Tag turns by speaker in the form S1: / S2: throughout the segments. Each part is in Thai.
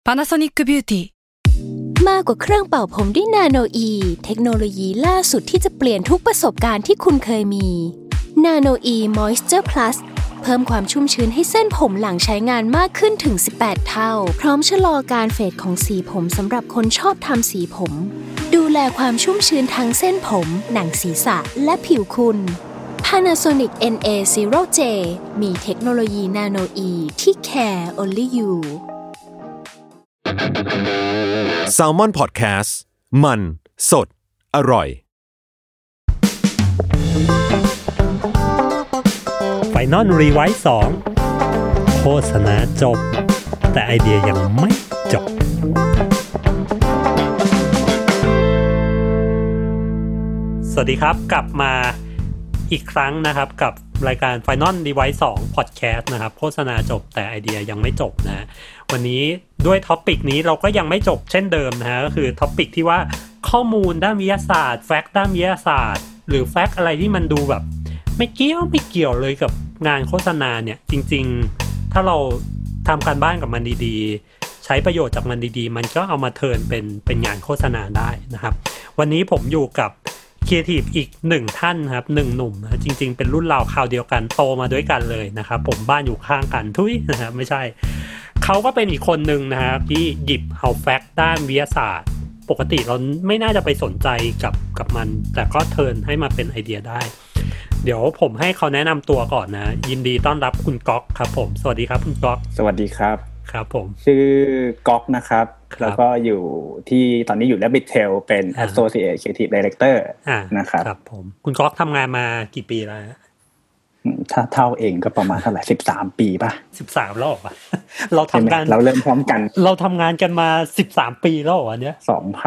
S1: Panasonic Beauty
S2: มากกว่าเครื่องเป่าผมด้วยนาโนอีเทคโนโลยีล่าสุดที่จะเปลี่ยนทุกประสบการณ์ที่คุณเคยมีนาโนอีมอยส์เจอร์พลัสเพิ่มความชุ่มชื้นให้เส้นผมหลังใช้งานมากขึ้นถึง18เท่าพร้อมชะลอการเฟดของสีผมสำหรับคนชอบทำสีผมดูแลความชุ่มชื้นทั้งเส้นผมหนังศีรษะและผิวคุณ Panasonic NA0J มีเทคโนโลยีนาโนอีที่ care only you
S3: Salmon Podcast มันสดอร่อย
S4: Final Rewrite 2โฆษณาจบแต่ไอเดียยังไม่จบสวัสดีครับกลับมาอีกครั้งนะครับกับรายการ Final Rewrite 2 Podcast นะครับโฆษณาจบแต่ไอเดียยังไม่จบนะวันนี้ด้วยท็อปิกนี้เราก็ยังไม่จบเช่นเดิมนะฮะก็คือท็อปิกที่ว่าข้อมูลด้านวิทยาศาสตร์แฟกต์ด้านวิทยาศาสตร์หรือแฟกต์อะไรที่มันดูแบบไม่เกี่ยวเลยกับงานโฆษณาเนี่ยจริงๆถ้าเราทำการบ้านกับมันดีๆใช้ประโยชน์จากมันดีๆมันก็เอามาเทิร์นเป็นงานโฆษณาได้นะครับวันนี้ผมอยู่กับครีเอทีฟอีก1ท่านครับ1หนุ่มนะจริงๆเป็นรุ่นราวคราวเดียวกันโตมาด้วยกันเลยนะครับผมบ้านอยู่ข้างกันทุยนะครับไม่ใช่เขาก็เป็นอีกคนนึงนะครับที่หยิบเอาแฟกต์ด้านวิทยาศาสตร์ปกติเราไม่น่าจะไปสนใจกับมันแต่ก็เทิร์นให้มาเป็นไอเดียได้เดี๋ยวผมให้เขาแนะนำตัวก่อนนะยินดีต้อนรับคุณก๊อกครับผมสวัสดีครับคุณก๊อก
S5: สวัสดีครับ
S4: ครับผม
S5: ชื่อก๊อกนะครับแล้วก็อยู่ที่ตอนนี้อยู่ Rabbit-Tail เป็น Associate Creative Director นะครับ
S4: ครับผมคุณก๊อกทำงานมากี่ปีแล้ว
S5: ถ้าเท่าเองก็ประมาณเท่าไหร่13ปีป่ะ
S4: 13แล้วป่ะเราทำงาน
S5: เราเริ่มพร้อมกัน
S4: เราทำงานกันมา13ปีแล้วอันเนี้ย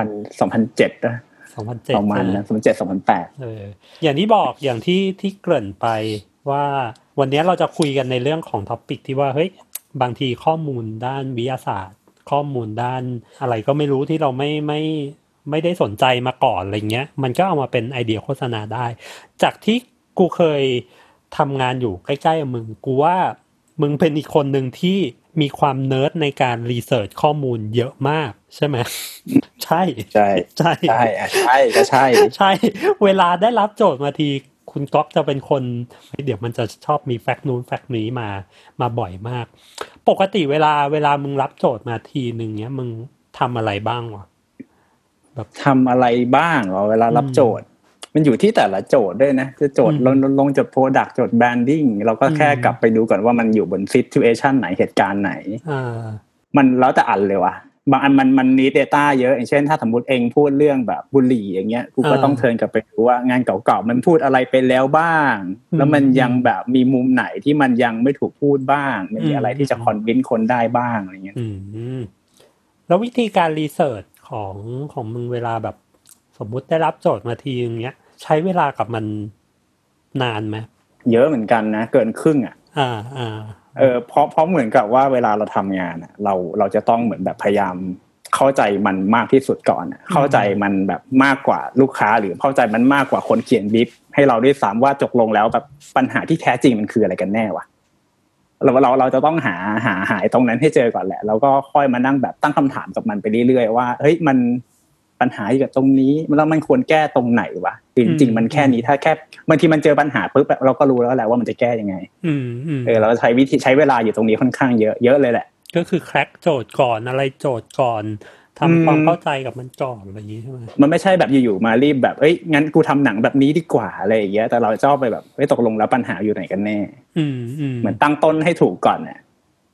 S5: 2007นะ2007ประมาณนั้น2007-2008
S4: อย่างที่บอกอย่างที่เกริ่นไปว่าวันนี้เราจะคุยกันในเรื่องของท็อปิกที่ว่าเฮ้ยบางทีข้อมูลด้านวิทยาศาสตร์ข้อมูลด้านอะไรก็ไม่รู้ที่เราไม่ได้สนใจมาก่อนอะไรเงี้ยมันก็เอามาเป็นไอเดียโฆษณาได้จากที่กูเคยทำงานอยู่ใกล้ๆกับมึงกูว่ามึงเป็นอีกคนหนึ่งที่มีความเนิร์ดในการรีเสิร์ชข้อมูลเยอะมากใช่ไหมใช่
S5: ใช่ใช่ก็ใช่
S4: ใช่เวลาได้รับโจทย์มาทีคุณก๊อกจะเป็นคนเดี๋ยวมันจะชอบมีแฟกต์นู้นแฟกต์นี้มาบ่อยมากปกติเวลามึงรับโจทย์มาทีนึงเนี้ยมึงทำอะไรบ้างวะ
S5: แบบทำอะไรบ้างเหรอเวลารับโจทย์มันอยู่ที่แต่ละโจทย์ด้วยนะจะโจทย์ลงจาก product โจทย์ branding เราก็แค่กลับไปดูก่อนว่ามันอยู่บน situation ไหนเหตุการณ์ไหนมันแล้วแต่อันเลยว่ะบางอันมันneed data เยอะอย่างเช่นถ้าสมมุติเองพูดเรื่องแบบบุหรี่อย่างเงี้ยกูก็ต้องเทิร์นกลับไปดูว่างานเก่าๆมันพูดอะไรไปแล้วบ้างแล้วมันยังแบบมีมุมไหนที่มันยังไม่ถูกพูดบ้างมีอะไรที่จะคอนวินส์คนได้บ้างอะไรเงี้ย
S4: แล้ววิธีการรีเสิร์ชของมึงเวลาแบบสมมุติได้รับโจทย์มาทีนึงเงี้ยใช้เวลากับมันนานไหม
S5: เยอะเหมือนกันนะเกินครึ่งเพราะเหมือนกับว่าเวลาเราทำงานเราจะต้องเหมือนแบบพยายามเข้าใจมันมากที่สุดก่อนเข้าใจมันแบบมากกว่าลูกค้าหรือเข้าใจมันมากกว่าคนเขียนบรีฟให้เราด้วยซ้ำว่าตกลงแล้วแบบปัญหาที่แท้จริงมันคืออะไรกันแน่วะเราจะต้องหาตรงนั้นให้เจอก่อนแหละแล้วก็ค่อยมานั่งแบบตั้งคำถามกับมันไปเรื่อยๆว่าเฮ้ยมันปัญหาอยู่กับตรงนี้แล้วมันควรแก้ตรงไหนวะจริงๆมันแค่นี้ถ้าแค่บางทีมันเจอปัญหาปุ๊บเราก็รู้แล้วแหละว่ามันจะแก้ยังไงเราใช้เวลาอยู่ตรงนี้ค่อนข้างเยอะเลยแหละ
S4: ก็คือแคร็กโจทย์ก่อนอะไรโจทย์ก่อนทำความเข้าใจกับมันก่อนอะไรอย่างนี้ใช่ไหม
S5: มันไม่ใช่แบบอยู่ๆมารีบแบบเอ้ยงั้นกูทำหนังแบบนี้ดีกว่าอะไรอย่างเงี้ยแต่เราชอบไปแบบเฮ้ยตกลงแล้วปัญหาอยู่ไหนกันแน่เหมือนตั้งต้นให้ถูกก่อนเนี่ย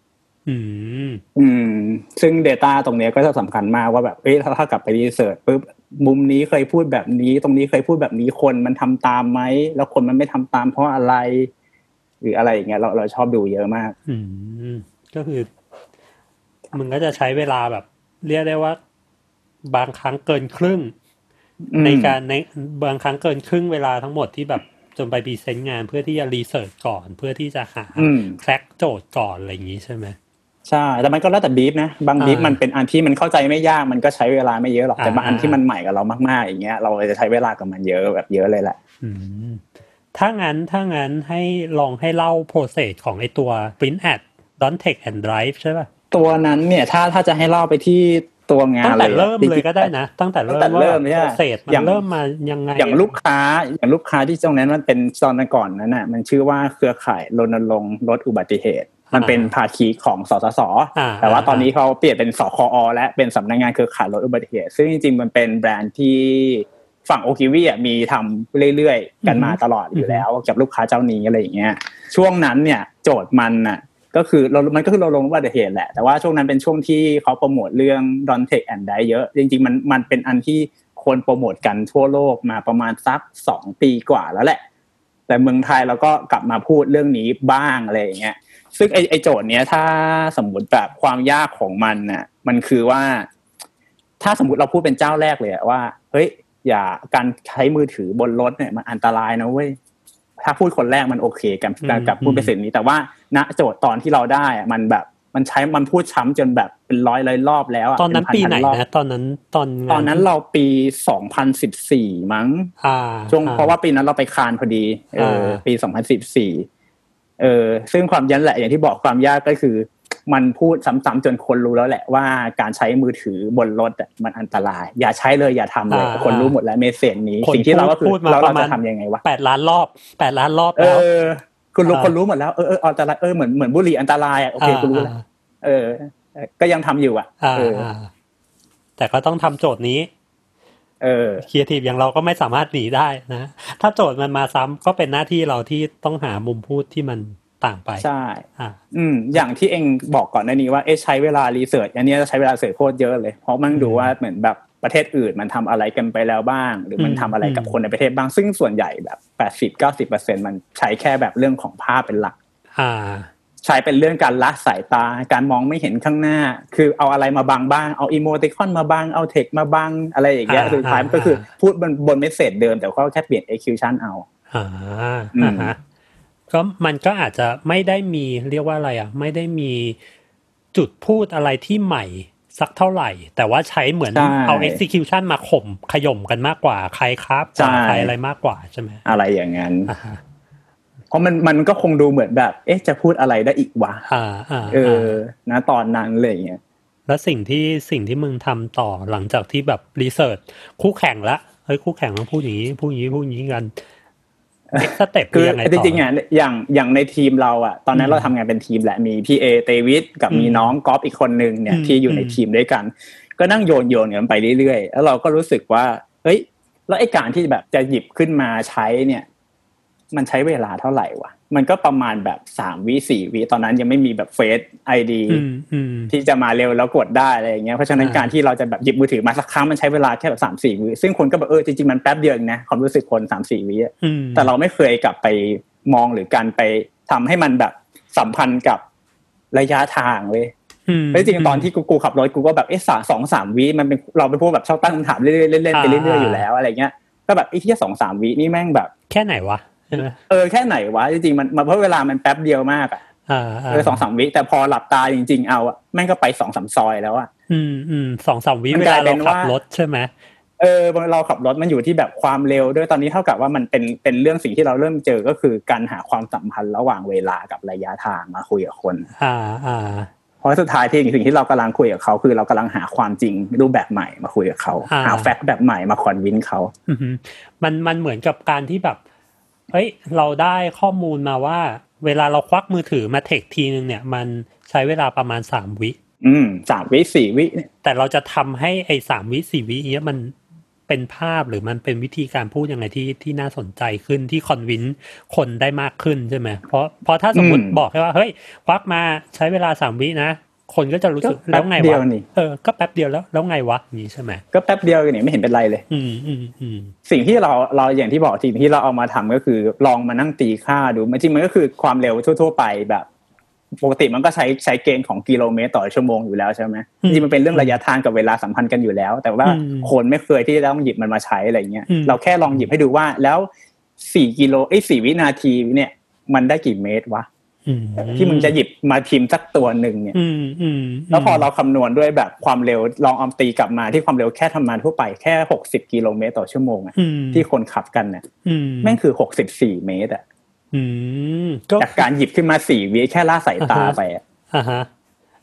S5: ซึ่ง data ตรงนี้ก็จะสำคัญมากว่าแบบเอ้ยถ้ากลับไปรีเสิร์ชปุ๊บมุมนี้เคยพูดแบบนี้ตรงนี้เคยพูดแบบนี้คนมันทำตามไหมแล้วคนมันไม่ทำตามเพราะอะไรหรืออะไรอย่างเงี้ยเราชอบดูเยอะมาก
S4: ก็คือมึงก็จะใช้เวลาแบบเรียกได้ว่าบางครั้งเกินครึ่งในบางครั้งเกินครึ่งเวลาทั้งหมดที่แบบจนไปพรีเซนต์งานเพื่อที่จะรีเสิร์ชก่อนเพื่อที่จะหาแคร็กโจทย์ก่อนอะไรอย่างนี้ใช่ไหม
S5: ใช่แต่มันก็แล้วแต่บีฟนะบางบีฟมันเป็นอันที่มันเข้าใจไม่ยากมันก็ใช้เวลาไม่เยอะหรอกแต่บางอันที่มันใหม่กับเรามากๆอย่างเงี้ยเราจะใช้เวลากับมันเยอะแบบเยอะเลยแหละ
S4: ถ้างั้นให้ลองให้เล่าโปรเซสของไอตัว print ad don't take and drive ใช่ป่ะ
S5: ตัวนั้นเนี่ยถ้าจะให้เล่าไปที่ตัวงาน
S4: ตั้งแต่เริ่มเลยก็ได้นะตั้งแต่เริ่มว่าเศษมันเริ่มมายังไง
S5: อย่างลูกค้าที่ตรงนั้นมันเป็นตอนก่อนนั้นน่ะมันชื่อว่าเครือข่ายรณรงค์ลดอุบัติเหตุมันเป็นภาคีของสสสแต่ว่าตอนนี้เขาเปลี่ยนเป็นสคอและเป็นสำนักงานเครือข่ายลดอุบัติเหตุซึ่งจริงๆมันเป็นแบรนด์ที่ฝั่งโอคิวิมีทำเรื่อยๆกันมาตลอดอยู่แล้วกับลูกค้าเจ้านี้อะไรอย่างเงี้ยช่วงนั้นเนี่ยโจทย์มันน่ะก็คือมันก็คือเราลงอุบัติเหตุแหละแต่ว่าช่วงนั้นเป็นช่วงที่เขาโปรโมทเรื่อง Don't Take and Die เยอะจริงๆมันเป็นอันที่คนโปรโมทกันทั่วโลกมาประมาณสัก2ปีกว่าแล้วแหละแต่เมืองไทยเราก็กลับมาพูดเรื่องนี้บ้างอะไรอย่างเงี้ยซึ่งไอโจทย์เนี้ยถ้าสมมุติแบบความยากของมันน่ะมันคือว่าถ้าสมมุติเราพูดเป็นเจ้าแรกเลยว่าเฮ้ยอย่าการใช้มือถือบนรถเนี่ยมันอันตรายนะเว้ยถ้าพูดคนแรกมันโอเคกับพูดเป็นสิ่งนี้แต่ว่าณโจทย์ตอนที่เราได้มันแบบมันพูดช้ำจนแบบเป็นร้อยรอบแล้ว
S4: ตอนนั้นปีไหนนะตอนนั้น
S5: เราปี2014มั้งช่วงเพราะว่าปีนั้นเราไปคานพอดีปี2014ซึ่งความยันแหละอย่างที่บอกความยากก็คือมันพูดซ้ำๆจนคนรู้แล้วแหละว่าการใช้มือถือบนรถมันอันตรายอย่าใช้เลยอย่าทำเลยคนรู้หมดแล้วเมสเสจนี้สิ่งที่เราก็คือเราจะทำยังไงวะ
S4: 8 ล้านรอบแล้ว
S5: คนรู้หมดแล้วอันตรายเหมือนบุหรี่อันตรายโอเคกูรู้แล้วก็ยังทำอยู่
S4: แต่ก็ต้องทำโจทย์นี้ครีเอทีฟอย่างเราก็ไม่สามารถหนีได้นะถ้าโจทย์มันมาซ้ำก็เป็นหน้าที่เราที่ต้องหามุมพูดที่มันต่างไป
S5: ใช่อย่างที่เองบอกก่อนหน้านี้ว่าใช้เวลารีเสิร์ชอันนี้จะใช้เวลาเสิร์ชโคตรเยอะเลยเพราะมันดูว่าเหมือนแบบประเทศอื่นมันทำอะไรกันไปแล้วบ้างหรือมันทำอะไรกับคนในประเทศบ้างซึ่งส่วนใหญ่แบบ 80-90% มันใช้แค่แบบเรื่องของภาพเป็นหลักใช้เป็นเรื่องการละสายตาการมองไม่เห็นข้างหน้าคือเอาอะไรมาบังบ้างเอาอีโมติคอนมาบังเอาเทคมาบังอะไรอย่างเงี้ยสุดท้ายมันก็คือพูดบนเมสเสจเดิมแต่ก็แค่เปลี่ยน execution เอา
S4: ก็มันก็อาจจะไม่ได้มีเรียกว่าอะไรไม่ได้มีจุดพูดอะไรที่ใหม่สักเท่าไหร่แต่ว่าใช้เหมือนเอา execution มาขย่มกันมากกว่าใครครับใครอะไรมากกว่าใช่ไหม
S5: อะไรอย่างนั้นเพราะมันก็คงดูเหมือนแบบจะพูดอะไรได้อีกวะนะตอนนั้นเลยอย่างเงี้ย
S4: แล้วสิ่งที่มึงทำต่อหลังจากที่แบบรีเสิร์ชคู่แข่งละคู่แข่งต้องพูดอย่างนี้พูดอย่างนี้กันสเต็ปคือยังไงต่อ
S5: จริงๆอย่างในทีมเราตอนนั้นเราทำงานเป็นทีมแหละมีพี่เตวิทกับมีน้องก๊อฟอีกคนนึงเนี่ยที่อยู่ในทีมด้วยกันก็นั่งโยนกันไปเรื่อยๆแล้วเราก็รู้สึกว่าเฮ้ยแล้วไอ้การที่แบบจะหยิบขึ้นมาใช้เนี่ยมันใช้เวลาเท่าไหร่วะมันก็ประมาณแบบ3วิ4วิตอนนั้นยังไม่มีแบบเฟซ ID ที่จะมาเร็วแล้วกดได้อะไรอย่างเงี้ยเพราะฉะนั้นการที่เราจะแบบหยิบมือถือมาสักครั้งมันใช้เวลาแค่แบบ3-4วิซึ่งคนก็แบบจริงๆมันแป๊บเดียวเองนะความรู้สึกคน 3-4 วิแต่เราไม่เคยกลับไปมองหรือการไปทำให้มันแบบสัมพันธ์กับระยะทางเว้ยจริงๆตอนที่กูขับรถกูก็แบบ2-3 วิมันเป็นเราเป็นพวกแบบชอบตั้งคำถามเรื่อยๆเล่นๆไปเรื่อยๆอยู่แล้วอะไรเงี้ยก็แบบแค่ 2-3 วินี่แม่งแบบ
S4: แค่ไหนวะ
S5: แค่ไหนวะจริงๆมันเพราะเวลามันแป๊บเดียวมาก2-3 วิแต่พอหลับตาจริงๆเอาแม่งก็ไป 2-3 ซอยแล้ว
S4: 2-3 วิเวลาเราขับรถใช่ไหม
S5: เราขับรถมันอยู่ที่แบบความเร็วด้วยตอนนี้เท่ากับว่ามันเป็นเรื่องสิ่งที่เราเริ่มเจอก็คือการหาความสัมพันธ์ระหว่างเวลากับระยะทางมาคุยกับคนเพราะสุดท้ายที่สิ่งที่เรากำลังคุยกับเขาคือเรากำลังหาความจริงรูปแบบใหม่มาคุยกับเขาหาแฟกต์แบบใหม่มาคอนวินเขา
S4: มันเหมือนกับการที่แบบเราได้ข้อมูลมาว่าเวลาเราควักมือถือมาเทคทีนึงเนี่ยมันใช้เวลาประมาณ3วิ
S5: 3วิ4วิ
S4: แต่เราจะทำให้ไอ้3วิ4วิเนี้ยมันเป็นภาพหรือมันเป็นวิธีการพูดยังไงที่น่าสนใจขึ้นที่คอนวินคนได้มากขึ้นใช่ไหมเพราะถ้าสมมติบอกแค่ว่าเฮ้ยควักมาใช้เวลา3วินะคนก็จะรู้สึกแล้วไงวะก็แป๊บเดียวแล้วไงวะนี่ใช่ไหม
S5: ก็แป๊บเดียวนี่ไม่เห็นเป็นไรเลยสิ่งที่เราอย่างที่บอกทีที่เราเอามาทำก็คือลองมานั่งตีค่าดูจริงมันก็คือความเร็วทั่วๆไปแบบปกติมันก็ใช้เกณฑ์ของกิโลเมตรต่อชั่วโมงอยู่แล้วใช่ไหมจริงมันเป็นเรื่องระยะทางกับเวลาสัมพันธ์กันอยู่แล้วแต่ว่าคนไม่เคยที่จะต้องหยิบมันมาใช้อะไรเงี้ยเราแค่ลองหยิบให้ดูว่าแล้ว4วินาทีเนี่ยมันได้กี่เมตรวะที่มึงจะหยิบมาพิมพ์สักตัวหนึ่งเนี่ยแล้วพอเราคำนวณด้วยแบบความเร็วลองเอาตีกลับมาที่ความเร็วแค่ทำงานทั่วไปแค่60กิโลเมตรต่อชั่วโมงที่คนขับกันเนี่ยแม่งคือ64เมตรจากการหยิบขึ้นมา4วิแค่ละสายตาไป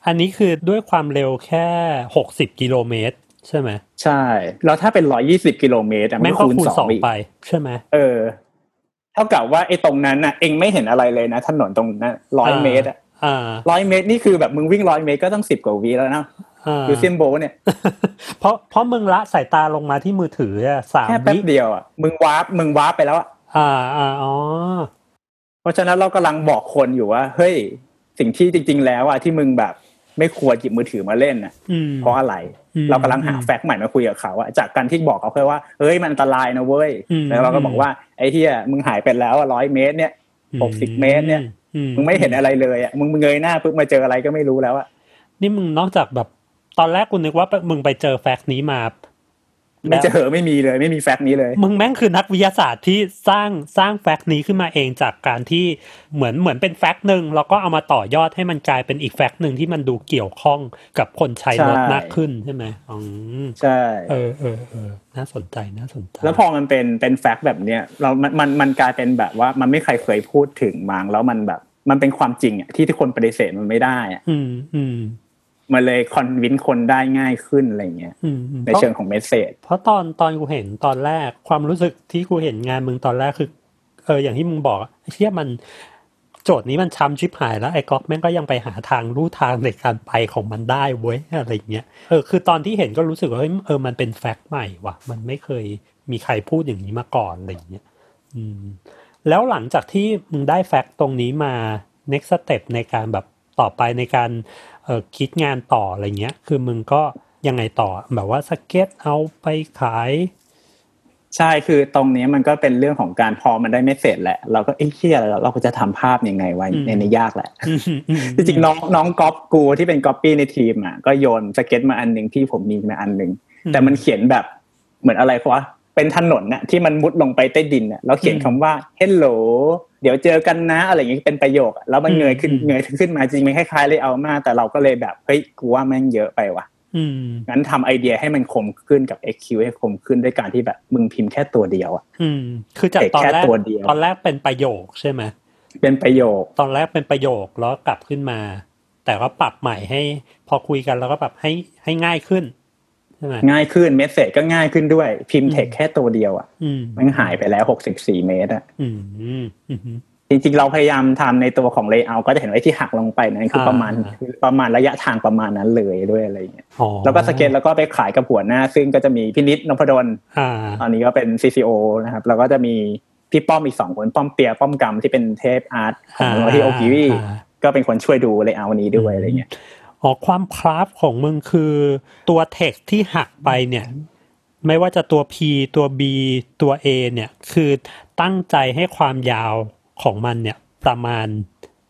S4: อันนี้คือด้วยความเร็วแค่60กิโลเมตรใช่ไหม
S5: ใช่แล้วถ้าเป็น120กิโลเมตรมันคูณ2
S4: ไปใช่ไหม
S5: เท่ากับว่าไอ้ตรงนั้นน่ะเองไม่เห็นอะไรเลยนะถนนตรงนั้น100เมตร100เมตรนี่คือแบบมึงวิ่ง100เมตรก็ต้อง10กว่าวิแล้วนะยูเซนโบเนี่ย
S4: เพราะมึงละสายตาลงมาที่มือถืออ่ะ3วิ
S5: แค่แป๊บเดียวอ่ะมึงวาร์ปไปแล้ว
S4: อ๋อ
S5: เพราะฉะนั้นเรากำลังบอกคนอยู่ว่าเฮ้ยสิ่งที่จริงๆแล้วอ่ะที่มึงแบบไม่ควรหยิบมือถือมาเล่นน่ะเพราะอะไรเรากำลังหาแฟกต์ใหม่มาคุยกับเขาอะจากการที่บอกเขาแค่ว่าเฮ้ยมันอันตรายนะเว้ยแล้วเราก็บอกว่าไอ้เหี้ยมึงหายไปแล้ว100เมตรเนี่ย60เมตรเนี่ยมึงไม่เห็นอะไรเลยอ่ะมึงเงยหน้าปุ๊บมาเจออะไรก็ไม่รู้แล้วอ่ะ
S4: นี่มึงนอกจากแบบตอนแรกกูนึกว่ามึงไปเจอแฟกต์นี้มา
S5: ไม่เจอไม่มีเลยไม่มีแฟกต์นี้เลย
S4: มึงแม่งคือนักวิทยาศาสตร์ที่สร้างแฟกต์นี้ขึ้นมาเองจากการที่เหมือนเป็นแฟกต์นึงแล้วก็เอามาต่อยอดให้มันกลายเป็นอีกแฟกต์นึงที่มันดูเกี่ยวข้องกับคนใช้รถมากขึ้นใช่ไหม
S5: ใช่
S4: น่าสนใจ
S5: แล้วพอมันเป็นแฟกต์แบบเนี้ยมันกลายเป็นแบบว่ามันไม่ใครเคยพูดถึงมั้งแล้วมันแบบมันเป็นความจริงอ่ะที่ทุกคนปฏิเสธมันไม่ได้อ่ะมาเลยคอนวินคนได้ง่ายขึ้นอะไรเงี้ยในเชิงของเมสเสจ
S4: เพราะตอนกูเห็นตอนแรกความรู้สึกที่กูเห็นงานมึงตอนแรกคืออย่างที่มึงบอกไอ้เหี้ยมันโจทย์นี้มันช้ำชิบหายแล้วไอ้ก๊อกแม่งก็ยังไปหาทางลู่ทางในการไปของมันได้เว้ยอะไรเงี้ยคือตอนที่เห็นก็รู้สึกว่าเฮ้ยมันเป็นแฟกต์ใหม่ว่ะมันไม่เคยมีใครพูดอย่างนี้มาก่อนอะไรเงี้ยแล้วหลังจากที่มึงได้แฟกต์ตรงนี้มา next step ในการแบบต่อไปในการคิดงานต่ออะไรเงี้ยคือมึงก็ยังไงต่อแบบว่าสเก็ตเอาไปขาย
S5: ใช่คือตรงนี้มันก็เป็นเรื่องของการพอมันได้ไม่เสร็จแหละเราก็เหี้ยเราก็จะทำภาพยังไงไว้ในยากแหละจริงๆน้องก๊อปกูที่เป็นก๊อปปี้ในทีมอ่ะก็โยนสเก็ตมาอันนึงที่ผมมีมาอันนึงแต่มันเขียนแบบเหมือนอะไรวะเป็นถนนน่ะที่มันมุดลงไปใต้ดินน่ะแล้วเขียนคำว่า hello เดี๋ยวเจอกันนะอะไรอย่างงี้เป็นประโยคแล้วมันเงยขึ้นมาจริงมันคล้ายๆเลยเอามากแต่เราก็เลยแบบเฮ้ยกูว่าแม่งเยอะไปว่ะงั้นทำไอเดียให้มันคมขึ้นกับ XQ ให้คมขึ้นด้วยการที่แบบมึงพิมพ์แค่ตัวเดียวอ่ะ
S4: คือจากตอนแรกเป็นประโยคใช่ไหม
S5: เป็นประโยค
S4: ตอนแรกเป็นประโยคแล้วกลับขึ้นมาแต่ก็ปรับใหม่ให้พอคุยกันแล้วก็แบบให้ง่ายขึ้นใช่ไหม
S5: ง่ายขึ้นเมสเสจก็ง่ายขึ้นด้วยพิมพ์เทคแค่ตัวเดียวอ่ะมันหายไปแล้ว64เมตรอ่ะจริงๆเราพยายามทำในตัวของ layout ก็จะเห็นไว้ที่หักลงไปนั้นคือประมาณระยะทางประมาณนั้นเลยด้วยอะไรอย่างเงี้ยแล้วก็สเก็ตแล้วก็ไปขายกับหัวหน้าซึ่งก็จะมีพี่นิดนพดลตอนนี้ก็เป็น CCO นะครับแล้วก็จะมีพี่ป้อมอีก2คนป้อมเปียป้อมกำที่เป็นเทพอาร์ตของที่โอกิวีก็เป็นคนช่วยดู layout นี้ด้วยอะไรเงี้ย
S4: ความคราฟของมึงคือตัวเท็กซ์ที่หักไปเนี่ยไม่ว่าจะตัว P ตัว B ตัว A เนี่ยคือตั้งใจให้ความยาวของมันเนี่ยประมาณ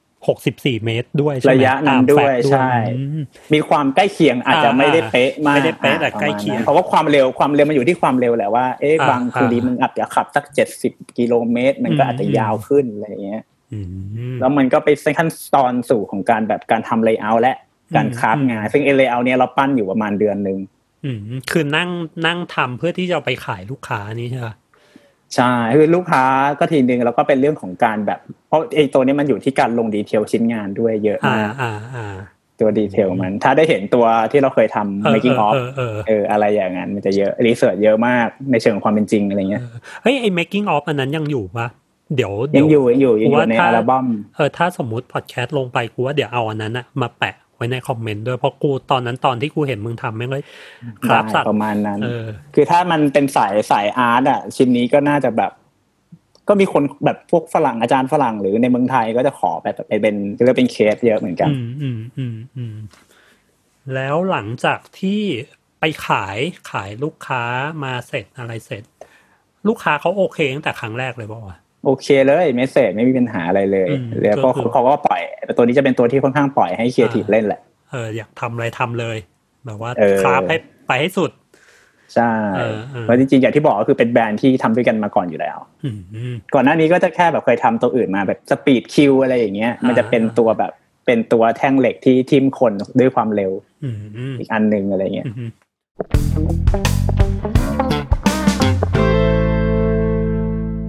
S4: 64เมตรด้วยใช่ไหม
S5: ระยะนั้นด้วยใช่มีความใกล้เคียงอาจจะไม่ได้เป๊ะมาก
S4: ไม่ได้เป๊ะแต่ใกล้เคียง
S5: เพราะว่าความเร็วมันอยู่ที่ความเร็วแหละว่าบางคูดีมันอาจจะขับสัก70กิโลเมตรมันก็อาจจะยาวขึ้นอะไรอย่างเงี้ยแล้วมันก็ไปขั้นตอนสู่ของการแบบการทำเลเยอร์และการคราฟงานซึ่งเลเยอร์เนี่ยเราปั้นอยู่ประมาณเดือนนึง
S4: คือนั่งทำเพื่อที่จะเอาไปขายลูกค้านี่ใช่ป่ะ
S5: ใช่คือลูกค้าก็ทีนึงแล้วก็เป็นเรื่องของการแบบเพราะไอ้ตัวนี้มันอยู่ที่การลงดีเทลชิ้นงานด้วยเยอะมากตัวดีเทลมันถ้าได้เห็นตัวที่เราเคยทำ making of อะไรอย่างนั้นมันจะเยอะรีเสิร์ชเยอะมากในเชิงความเป็นจริงอะไรเงี้ย
S4: เฮ้ยไอ้ making of อันนั้นยังอยู่ปะเดี๋ยว
S5: ยังอยู่ในอัลบั้ม
S4: ถ้าสมมุติพอดแคสต์ลงไปกูว่าเดี๋ยวเอาอันนั้นนะมาแปะไว้ในคอมเมนต์ด้วยเพราะกูตอนที่กูเห็นมึงทำแม่งเลย
S5: ครับสัตว์ประมาณนั้นคือถ้ามันเป็นสายอาร์ตอ่ะชิ้นนี้ก็น่าจะแบบก็มีคนแบบพวกฝรั่งอาจารย์ฝรั่งหรือในเมืองไทยก็จะขอไปเป็นเรียกเป็นเคสเยอะเหมือนกัน
S4: แล้วหลังจากที่ไปขายลูกค้ามาเสร็จอะไรเสร็จลูกค้าเขาโอเคตั้งแต่ครั้งแรกเลยป่ะวะ
S5: โอเคเลยเมสเสจไม่มีปัญหาอะไรเลยแล้วก็เขาก็ปล่อยตัวนี้จะเป็นตัวที่ค่อนข้างปล่อยให้ครีเอทีฟเล่นแหละ
S4: อยากทำอะไรทำเลยแบบว่าคราฟให้ไปให้สุด
S5: ใช่เพราะจริงๆอย่างที่บอกก็คือเป็นแบรนด์ที่ทำด้วยกันมาก่อนอยู่แล้วก่อนหน้านี้ก็จะแค่แบบเคยทำตัวอื่นมาแบบสปีดคิวอะไรอย่างเงี้ยมันจะเป็นตัวแบบเป็นตัวแท่งเหล็กที่ทิ่มคนด้วยความเร็วอีกอันนึงอะไรเงี้ย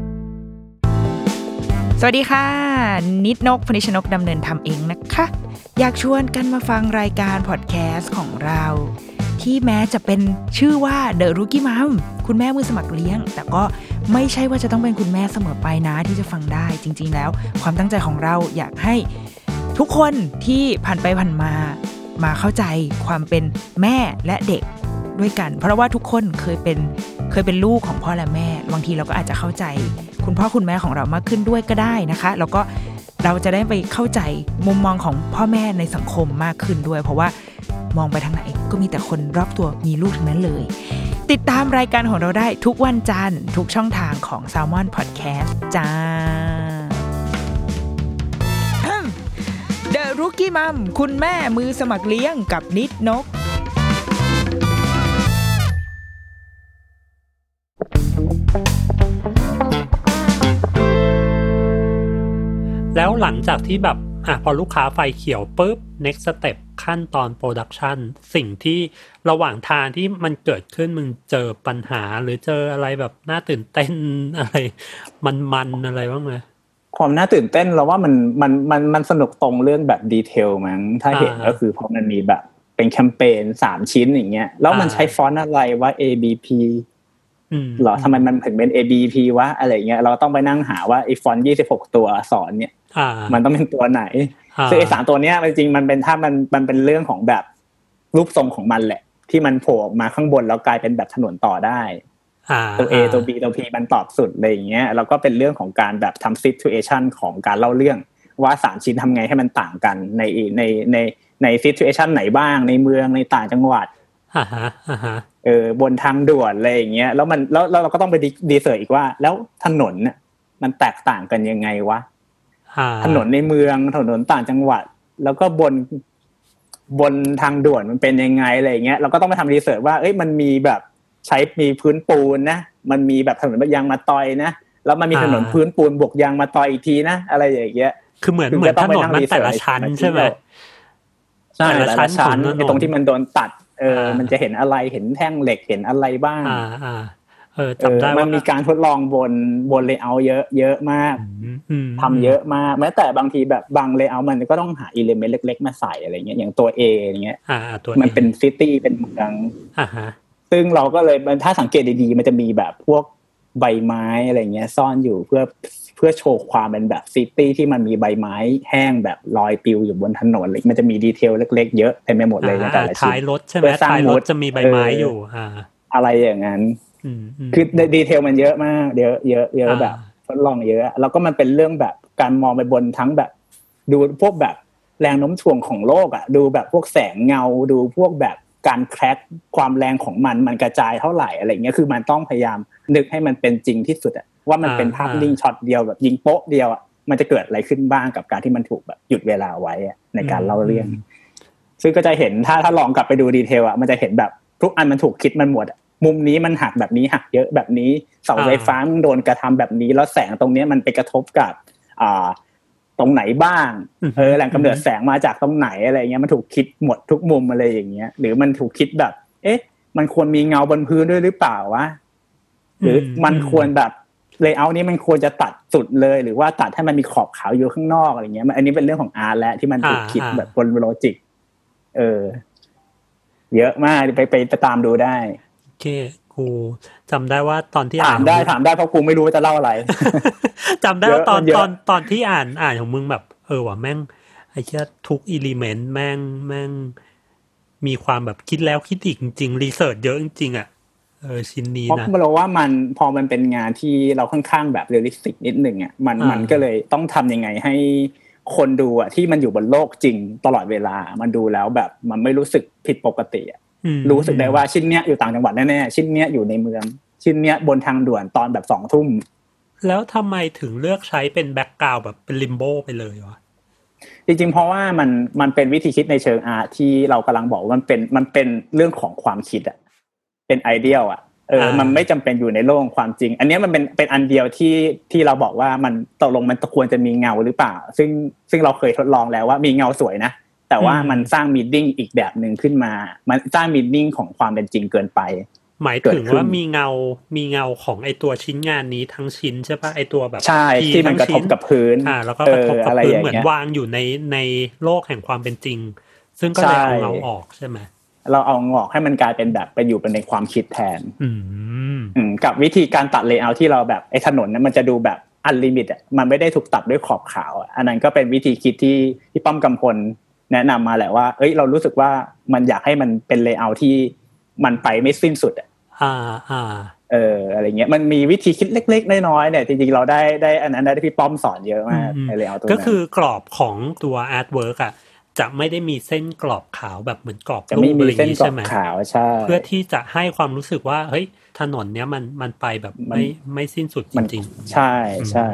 S1: สวัสดีค่ะนิดนกพนิชนกดำเนินทำเองนะคะอยากชวนกันมาฟังรายการพอดแคสต์ของเราที่แม้จะเป็นชื่อว่า The Rookie Mom คุณแม่มือสมัครเลี้ยงแต่ก็ไม่ใช่ว่าจะต้องเป็นคุณแม่เสมอไปนะที่จะฟังได้จริงๆแล้วความตั้งใจของเราอยากให้ทุกคนที่ผ่านไปผ่านมาเข้าใจความเป็นแม่และเด็กด้วยกันเพราะว่าทุกคนเคยเป็นลูกของพ่อและแม่บางทีเราก็อาจจะเข้าใจคุณพ่อคุณแม่ของเรามากขึ้นด้วยก็ได้นะคะแล้วก็เราจะได้ไปเข้าใจมุมมองของพ่อแม่ในสังคมมากขึ้นด้วยเพราะว่ามองไปทางไหนก็มีแต่คนรอบตัวมีลูกทั้งนั้นเลยติดตามรายการของเราได้ทุกวันจันทร์ทุกช่องทางของ Salmon Podcast จ้า The Rookie Mom คุณแม่มือสมัครเลี้ยงกับนิดนก
S4: แล้วหลังจากที่แบบพอลูกค้าไฟเขียวปุ๊บ next step ขั้นตอนโปรดักชันสิ่งที่ระหว่างทางที่มันเกิดขึ้นมึงเจอปัญหาหรือเจออะไรแบบน่าตื่นเต้นอะไรมันอะไรบ้างไหม
S5: ความน่าตื่นเต้นเราว่ามันสนุกตรงเรื่องแบบดีเทลมั้งถ้าเห็นก็คือพอมันมีแบบเป็นแคมเปญ3ชิ้นอย่างเงี้ยแล้วมันใช้ฟอนต์อะไรว่า ABP หรอทำไมมันถึงเป็น ABP วะอะไรเงี้ยเราต้องไปนั่งหาว่าไอ้ฟอนต์26ตัวอักษรเนี่ยมันต้องเป็นตัวไหนซึ่งไอ้3ตัวเนี้ยจริงๆมันเป็นถ้ามันเป็นเรื่องของแบบรูปทรงของมันแหละที่มันโผล่ออกมาข้างบนแล้วกลายเป็นแบบถนนต่อได้ตัว A ตัว B ตัว P มันตอบสุดอะไรอย่างเงี้ยแล้วก็เป็นเรื่องของการแบบทำ situation ของการเล่าเรื่องว่า3ชิ้นทำไงให้มันต่างกันใน situation ไหนบ้างในเมืองในต่างจังหวัดบนทางด่วนอะไรอย่างเงี้ยแล้วเราก็ต้องไปดีเสิร์ชอีกว่าแล้วถนนน่ะมันแตกต่างกันยังไงวะถนนในเมืองถนนต่างจังหวัดแล้วก็บนทางด่วนมันเป็นยังไงอะไรอย่างเงี้ยเราก็ต้องไปทำรีเสิร์ชว่าเอ้ยมันมีแบบมีพื้นปูนนะมันมีแบบถนนยางมะตอยนะแล้วมันมีถนนพื้นปูนบวกยางมะตอยอีกทีนะอะไรอย่างเงี้ย
S4: คือเหมือนถนนมันแต่ละชั้นใช่ไหม
S5: ใช่แต่ละชั้นตรงที่มันโดนตัดมันจะเห็นอะไรเห็นแท่งเหล็กเห็นอะไรบ้าง
S4: จำได้ว่า
S5: มันมีการทดลองบนเลเยอร์เยอะมากทำเยอะมากแม้แต่บางทีแบบบางเลเยอร์มันก็ต้องหาอิเลเมนต์เล็กๆมาใส่อะไรเงี้ยอย่างตัว A อย่างเงี้ยมันเป็นซิตี้เป็นเมืองซึ่งเราก็เลยถ้าสังเกตดีๆมันจะมีแบบพวกใบไม้อะไรเงี้ยซ่อนอยู่เพื่อโชว์ความเป็นแบบซิตี้ที่มันมีใบไม้แห้งแบบลอยปลิวอยู่บนถนนเลยมันจะมีดีเทลเล็กๆเยอะเต็มไปหมดเลยในแต่ละชิ้น
S4: ท้ายรถใช่ไหมท้ายรถจะมีใบไม้อยู่
S5: อะไรอย่างนั้นคือดีเทลมันเยอะมากเยอะแบบทดลองเยอะแล้วก็มันเป็นเรื่องแบบการมองไปบนทั้งแบบดูพวกแบบแรงโน้มถ่วงของโลกอ่ะดูแบบพวกแสงเงาดูพวกแบบการแคร็กความแรงของมันกระจายเท่าไหร่อะไรเงี้ยคือมันต้องพยายามนึกให้มันเป็นจริงที่สุดอ่ะว่ามันเป็นภาพนิ่งช็อตเดียวแบบยิงโป๊ะเดียวอ่ะมันจะเกิดอะไรขึ้นบ้างกับการที่มันถูกแบบหยุดเวลาไว้ในการเล่าเรื่องซึ่งก็จะเห็นถ้าลองกลับไปดูดีเทลอ่ะมันจะเห็นแบบทุกอันมันถูกคิดมันหมดมุมนี้มันหักแบบนี้หักเยอะแบบนี้เสาไฟฟ้ามันโดนกระทำแบบนี้แล้วแสงตรงนี้มันไปกระทบกับตรงไหนบ้างแหล่งกำเนิดแสงมาจากตรงไหนอะไรเงี้ยมันถูกคิดหมดทุกมุมอะไรอย่างเงี้ยหรือมันถูกคิดแบบเอ๊ะมันควรมีเงาบนพื้นด้วยหรือเปล่าวะหรือมันควรแบบเลเยอร์นี้มันควรจะตัดสุดเลยหรือว่าตัดให้มันมีขอบขาวอยู่ข้างนอกอะไรเงี้ยอันนี้เป็นเรื่องของอาร์ตและที่มันถูกคิดแบบบนโลจิกเยอะมากไปตามดูได้
S4: โอเคกูจำได้ว่าตอนที่
S5: ถามได้เพราะกูไม่รู้จะเล่าอะไร
S4: จำได้ว่าตอนที่อ่านของมึงแบบว่ะแม่งไอ้เหี้ยทุกอิเลเมนต์แม่งมีความแบบคิดแล้วคิดอีกจริงๆรีเสิร์ชเยอะจริงๆอ่ะชิ้นนี้นะ
S5: เพราะเราว่ามันพอมันเป็นงานที่เราค่อนข้างแบบเรียลลิสติกนิดนึงอ่ะมันก็เลยต้องทำยังไงให้คนดูอ่ะที่มันอยู่บนโลกจริงตลอดเวลามันดูแล้วแบบมันไม่รู้สึกผิดปกติรู้สึกได้ว่าชิ้นเนี้ยอยู่ต่างจังหวัดแน่ๆชิ้นเนี้ยอยู่ในเมืองชิ้นเนี้ยบนทางด่วนตอนแบบ 20:00 น
S4: แล้วทำไมถึงเลือกใช้เป็นแบ็คกราวด์แบบเป็นลิมโบไปเลยวะ
S5: จริงๆเพราะว่ามันเป็นวิธีคิดในเชิงอาร์ตที่เรากำลังบอกว่ามันเป็นเรื่องของความคิดอ่ะเป็นไอเดียลอ่ะมันไม่จำเป็นอยู่ในโลกความจริงอันนี้มันเป็นอันเดียวที่เราบอกว่ามันตกลงมันควรจะมีเงาหรือเปล่าซึ่งเราเคยทดลองแล้วว่ามีเงาสวยนะแต่ว่ามันสร้างมีนิ่งอีกแบบนึงขึ้นมามันสร้างมีนิ่งของความเป็นจริงเกินไป
S4: หมายถึงว่ามีเงาของไอตัวชิ้นงานนี้ทั้งชิ้นใช่ปะไอตัวแบบ
S5: ใช่ที่มันกระทบกับพื้น
S4: แล้วก็กระทบกับพื้นเหมือนวางอยู่ในโลกแห่งความเป็นจริงซึ่งก็เลยเอาเงาออกใช่ไหม
S5: เราเอาเงาให้มันกลายเป็นแบบไปอยู่เป็นในความคิดแทนกับวิธีการตัดเลเยอร์ที่เราแบบไอ้ถนนนั้นมันจะดูแบบอันลิมิตอ่ะมันไม่ได้ถูกตัดด้วยขอบขาวอันนั้นก็เป็นวิธีคิดที่ป้อมกำพลแนะนำมาแหละว่าเอ้ยเรารู้สึกว่ามันอยากให้มันเป็นเลเยอร์ที่มันไปไม่สิ้นสุดอ่ะอะไรเงี้ยมันมีวิธีคิดเล็กๆน้อยๆเนี่ยจริงๆเราได้อันนั้นได้พี่ป้อมสอนเยอะมากในเลเยอร์ตัวนั้น
S4: ก็คือกรอบของตัวอาร์ตเวิร์กอ่ะจะไม่ได้มีเส้นกรอบขาวแบบเหมือนกรอบ
S5: รูปอะไรอย่างนี้ใช่ไหมใช่
S4: เพื่อที่จะให้ความรู้สึกว่าเฮ้ยถนนเนี้ยมันไปแบบไม่สิ้นสุดจริง
S5: ๆใช่ใช่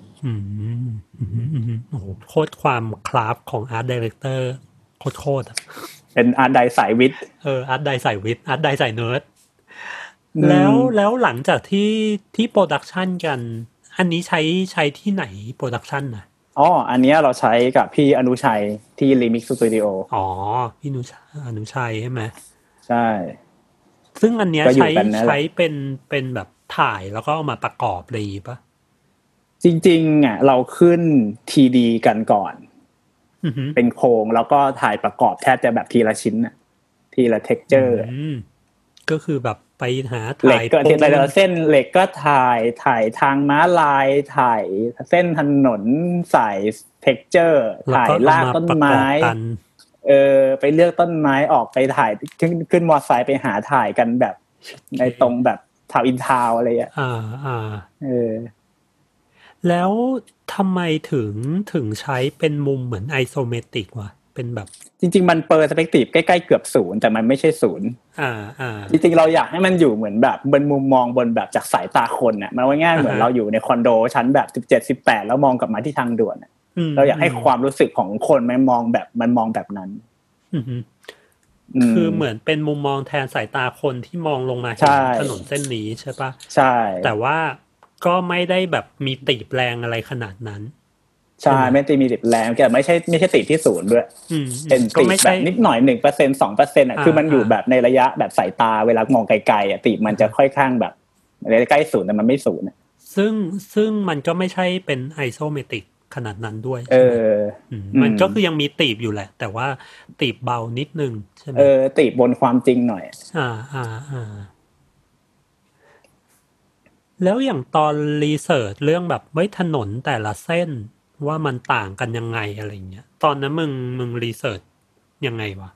S4: โอ้โหโคตรความคราฟของอาร์ตไดเรคเตอร์โคตร
S5: เป็นอาร์ตไดสายวิทย์
S4: อาร์ตไดสายวิทย์อาร์ตไดสายเนิร์ดแล้วหลังจากที่โปรดักชันกันอันนี้ใช้ที่ไหนโปรดักชันนะ
S5: อันนี้เราใช้กับพี่อนุชัยที่ Remix Studio
S4: พี่อนุชัยใช่ไหม
S5: ใช่
S4: ซึ่งอันเนี้ยใช้เป็นแบบถ่ายแล้วก็เอามาประกอบเลยปะ
S5: จริงๆอ่ะเราขึ้น TD กันก่อนเป็นโครงแล้วก็ถ่ายประกอบแทบจะแบบทีละชิ้นน่ะทีละ texture
S4: ก็คือแบบไปหา
S5: ถ่ายก็ทีละเส้นเหล็กก็ถ่ายทางม้าลายถ่ายเส้นถนนใส่ texture ถ่ายรากต้นไม้ไปเลือกต้นไม้ออกไปถ่ายขึ้นมอเตอร์ไซค์ไปหาถ่ายกันแบบในตรงแบบทาวน์อินทาวน์อะไรอ่ะ
S4: แล้วทำไมถึงใช้เป็นมุมเหมือนไอโซเมตริกวะเป็นแบบ
S5: จริงๆมันเปอร์สเปกทีฟใกล้ๆเกือบ0แต่มันไม่ใช่0จริงๆเราอยากให้มันอยู่เหมือนแบบบนมุมมองบนแบบจากสายตาคนน่ะมันว่าง่ายเหมือนเราอยู่ในคอนโดชั้นแบบ17-18แล้วมองกลับมาที่ทางด่วนเราอยากให้ความรู้สึกของคนมันมองแบบนั้น
S4: คือเหมือนเป็นมุมมองแทนสายตาคนที่มองลงมาเห็นถนนเส้นนี้ใช่ปะ
S5: ใช่
S4: แต่ว่าก็ไม่ได้แบบมีตีบแรงอะไรขนาดนั้น
S5: ใช่ไม่ตีมีตีบแรงแต่ไม่ใช่ตีที่0ด้วยเป็นตีแบบนิดหน่อย 1% 2% อ่ะคือมันอยู่แบบในระยะแบบสายตาเวลามองไกลๆอ่ะตีมันจะค่อยข้างแบบใกล้0แต่มันไม่0อ่ะ
S4: ซึ่งมันก็ไม่ใช่เป็นไอโซเมตริกขนาดนั้นด้วยมันก็คือยังมีตีบอยู่แหละแต่ว่าตีบเบานิดนึงใช่ไหม
S5: ตีบบนความจริงหน่อย
S4: แล้วอย่างตอนรีเสิร์ชเรื่องแบบถนนแต่ละเส้นว่ามันต่างกันยังไงอะไรเงี้ยตอนนั้นมึงรีเสิร์ชยังไงวะ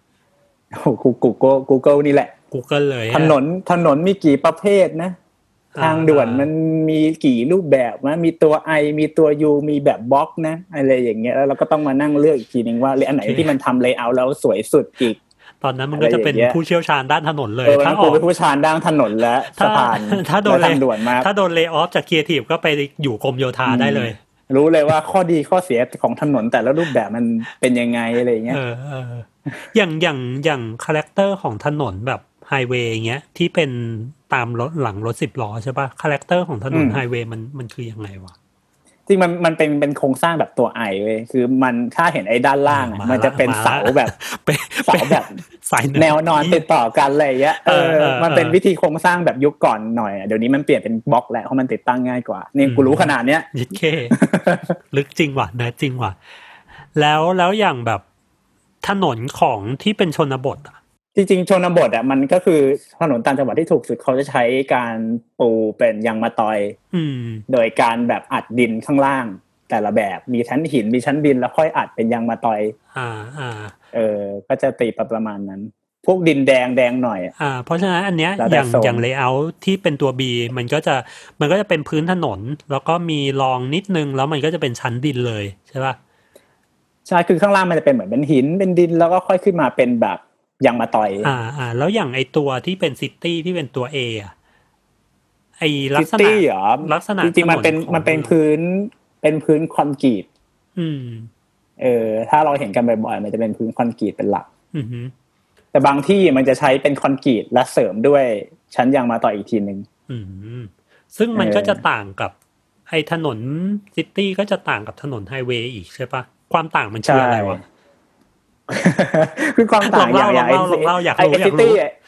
S5: Google นี่แหละ
S4: Google เลย
S5: ถนนมีกี่ประเภทนะทางด่วนมันมีกี่รูปแบบนะมีตัว I มีตัว U มีแบบบล็อกนะอะไรอย่างเงี้ยแล้วเราก็ต้องมานั่งเลือกอีกทีนึงว่าอันไหนที่มันทำเลเยอร์แล้วสวยสุดอีก
S4: ตอนนั้นมันก็จะเป็นผู้เชี่ยวชาญด้านถนนเลย
S5: ถ้าออกเป็นผู้เชี่ยวชาญด้านถนนและสะพาน
S4: ถ้าโดนเลย์ออฟจากครีเอทีฟก็ไปอยู่กรมโยธาได้เลย
S5: รู้เลยว่าข้อดีข้อเสียของถนนแต่ละรูปแบบมันเป็นยังไงอะไรเงี้ย
S4: อย่างคาแรคเตอร์ของถนนแบบไฮเวย์เงี้ยที่เป็นตามรถหลังรถ10ล้อใช่ป่ะคาแรคเตอร์ของถนนไฮเวย์มันคือยังไงวะ
S5: จริงมันเป็นโครงสร้างแบบตัวไอเว้ยคือมันถ้าเห็นไอ้ด้านล่างมันจะเป็นเสาแบบแนวนอนติดต่อกันอะไรอย่างเงี้ยมันเป็นวิธีโครงสร้างแบบยุคก่อนหน่อยเดี๋ยวนี้มันเปลี่ยนเป็นบล็อกแล้วเพราะมันติดตั้งง่ายกว่านี่กูรู้ขนาดเนี้ย
S4: ยิดเคลึกจริงว่ะนะจริงว่ะแล้วอย่างแบบถนนของที่เป็นชนบทอ่ะ
S5: จริงๆชนบทอ่ะมันก็คือถนนต่างจังหวัดที่ถูกสุดเขาจะใช้การปูเป็นยางมะตอยโดยการแบบอัดดินข้างล่างแต่ละแบบมีชั้นหินมีชั้นดินแล้วค่อยอัดเป็นยางมะตอยก็จะตีประมาณนั้นพวกดินแดงหน่อย
S4: เพราะฉะนั้นอันเนี้ยอย่างเลเยอร์ที่เป็นตัว B มันก็จะเป็นพื้นถนนแล้วก็มีรองนิดนึงแล้วมันก็จะเป็นชั้นดินเลยใช่ป่ะ
S5: ใช่คือข้างล่างมันจะเป็นเหมือนเป็นหินเป็นดินแล้วก็ค่อยขึ้นมาเป็นแบบยังมาต่อย
S4: แล้วอย่างไอตัวที่เป็นซิตี้ที่เป็นตัว A อ่ะไอลักษณะ
S5: จริงๆมันเป็นพื้นคอนกรีตถ้าเราเห็นกันบ่อยๆมันจะเป็นพื้นคอนกรีตเป็นหลักแต่บางที่มันจะใช้เป็นคอนกรีตและเสริมด้วยชั้นยางมาต่อยอีกทีนึง
S4: ซึ่งมันก็จะต่างกับไอถนนซิตี้ก็จะต่างกับถนนไฮเวย์อีกใช่ปะความต่างมันคืออะไรวะ
S5: คือความต่างอย่างไอ้ซิตี้